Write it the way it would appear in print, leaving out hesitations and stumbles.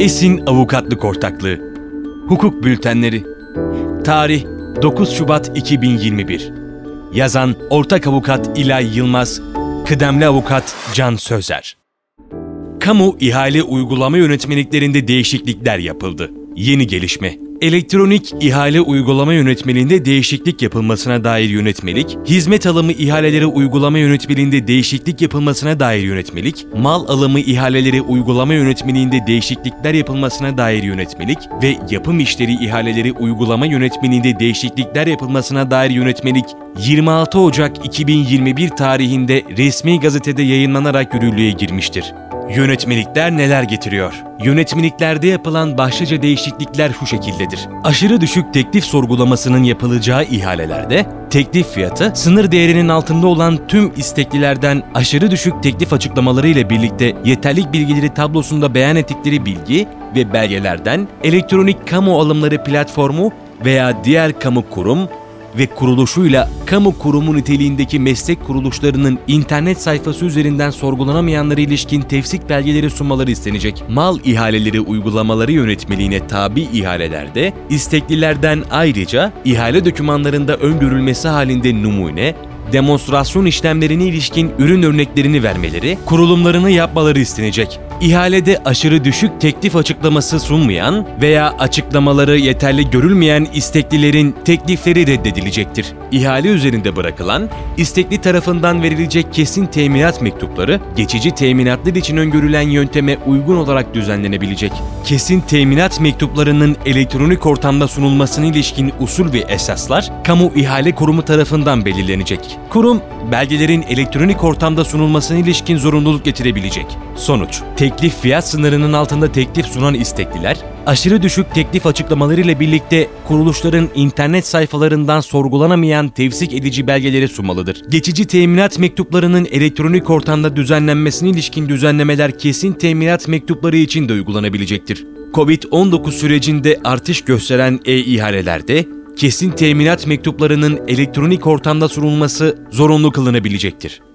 Esin Avukatlık Ortaklığı. Hukuk Bültenleri. Tarih 9 Şubat 2021. Yazan Ortak Avukat İlay Yılmaz, Kıdemli Avukat Can Sözer. Kamu ihale uygulama yönetmeliklerinde değişiklikler yapıldı. Yeni gelişme. Elektronik ihale uygulama yönetmeliğinde değişiklik yapılmasına dair yönetmelik, hizmet alımı ihaleleri uygulama yönetmeliğinde değişiklik yapılmasına dair yönetmelik, mal alımı ihaleleri uygulama yönetmeliğinde değişiklikler yapılmasına dair yönetmelik ve yapım işleri ihaleleri uygulama yönetmeliğinde değişiklikler yapılmasına dair yönetmelik 26 Ocak 2021 tarihinde resmi gazetede yayınlanarak yürürlüğe girmiştir. Yönetmelikler neler getiriyor? Yönetmeliklerde yapılan başlıca değişiklikler şu şekildedir. Aşırı düşük teklif sorgulamasının yapılacağı ihalelerde, teklif fiyatı sınır değerinin altında olan tüm isteklilerden aşırı düşük teklif açıklamaları ile birlikte yeterlilik bilgileri tablosunda beyan ettikleri bilgi ve belgelerden elektronik kamu alımları platformu veya diğer kamu kurum ve kuruluşuyla kamu kurumu niteliğindeki meslek kuruluşlarının internet sayfası üzerinden sorgulanamayanlara ilişkin tefsik belgeleri sunmaları istenecek. Mal ihaleleri uygulamaları yönetmeliğine tabi ihalelerde, isteklilerden ayrıca ihale dokümanlarında öngörülmesi halinde numune, demonstrasyon işlemlerine ilişkin ürün örneklerini vermeleri, kurulumlarını yapmaları istenecek. İhalede aşırı düşük teklif açıklaması sunmayan veya açıklamaları yeterli görülmeyen isteklilerin teklifleri reddedilecektir. İhale üzerinde bırakılan, istekli tarafından verilecek kesin teminat mektupları, geçici teminatlar için öngörülen yönteme uygun olarak düzenlenebilecek. Kesin teminat mektuplarının elektronik ortamda sunulmasına ilişkin usul ve esaslar, Kamu İhale Kurumu tarafından belirlenecek. Kurum, belgelerin elektronik ortamda sunulmasına ilişkin zorunluluk getirebilecek. Sonuç, teklif fiyat sınırının altında teklif sunan istekliler, aşırı düşük teklif açıklamaları ile birlikte kuruluşların internet sayfalarından sorgulanamayan tefsik edici belgeleri sunmalıdır. Geçici teminat mektuplarının elektronik ortamda düzenlenmesine ilişkin düzenlemeler kesin teminat mektupları için de uygulanabilecektir. Covid-19 sürecinde artış gösteren e-ihalelerde, kesin teminat mektuplarının elektronik ortamda sunulması zorunlu kılınabilecektir.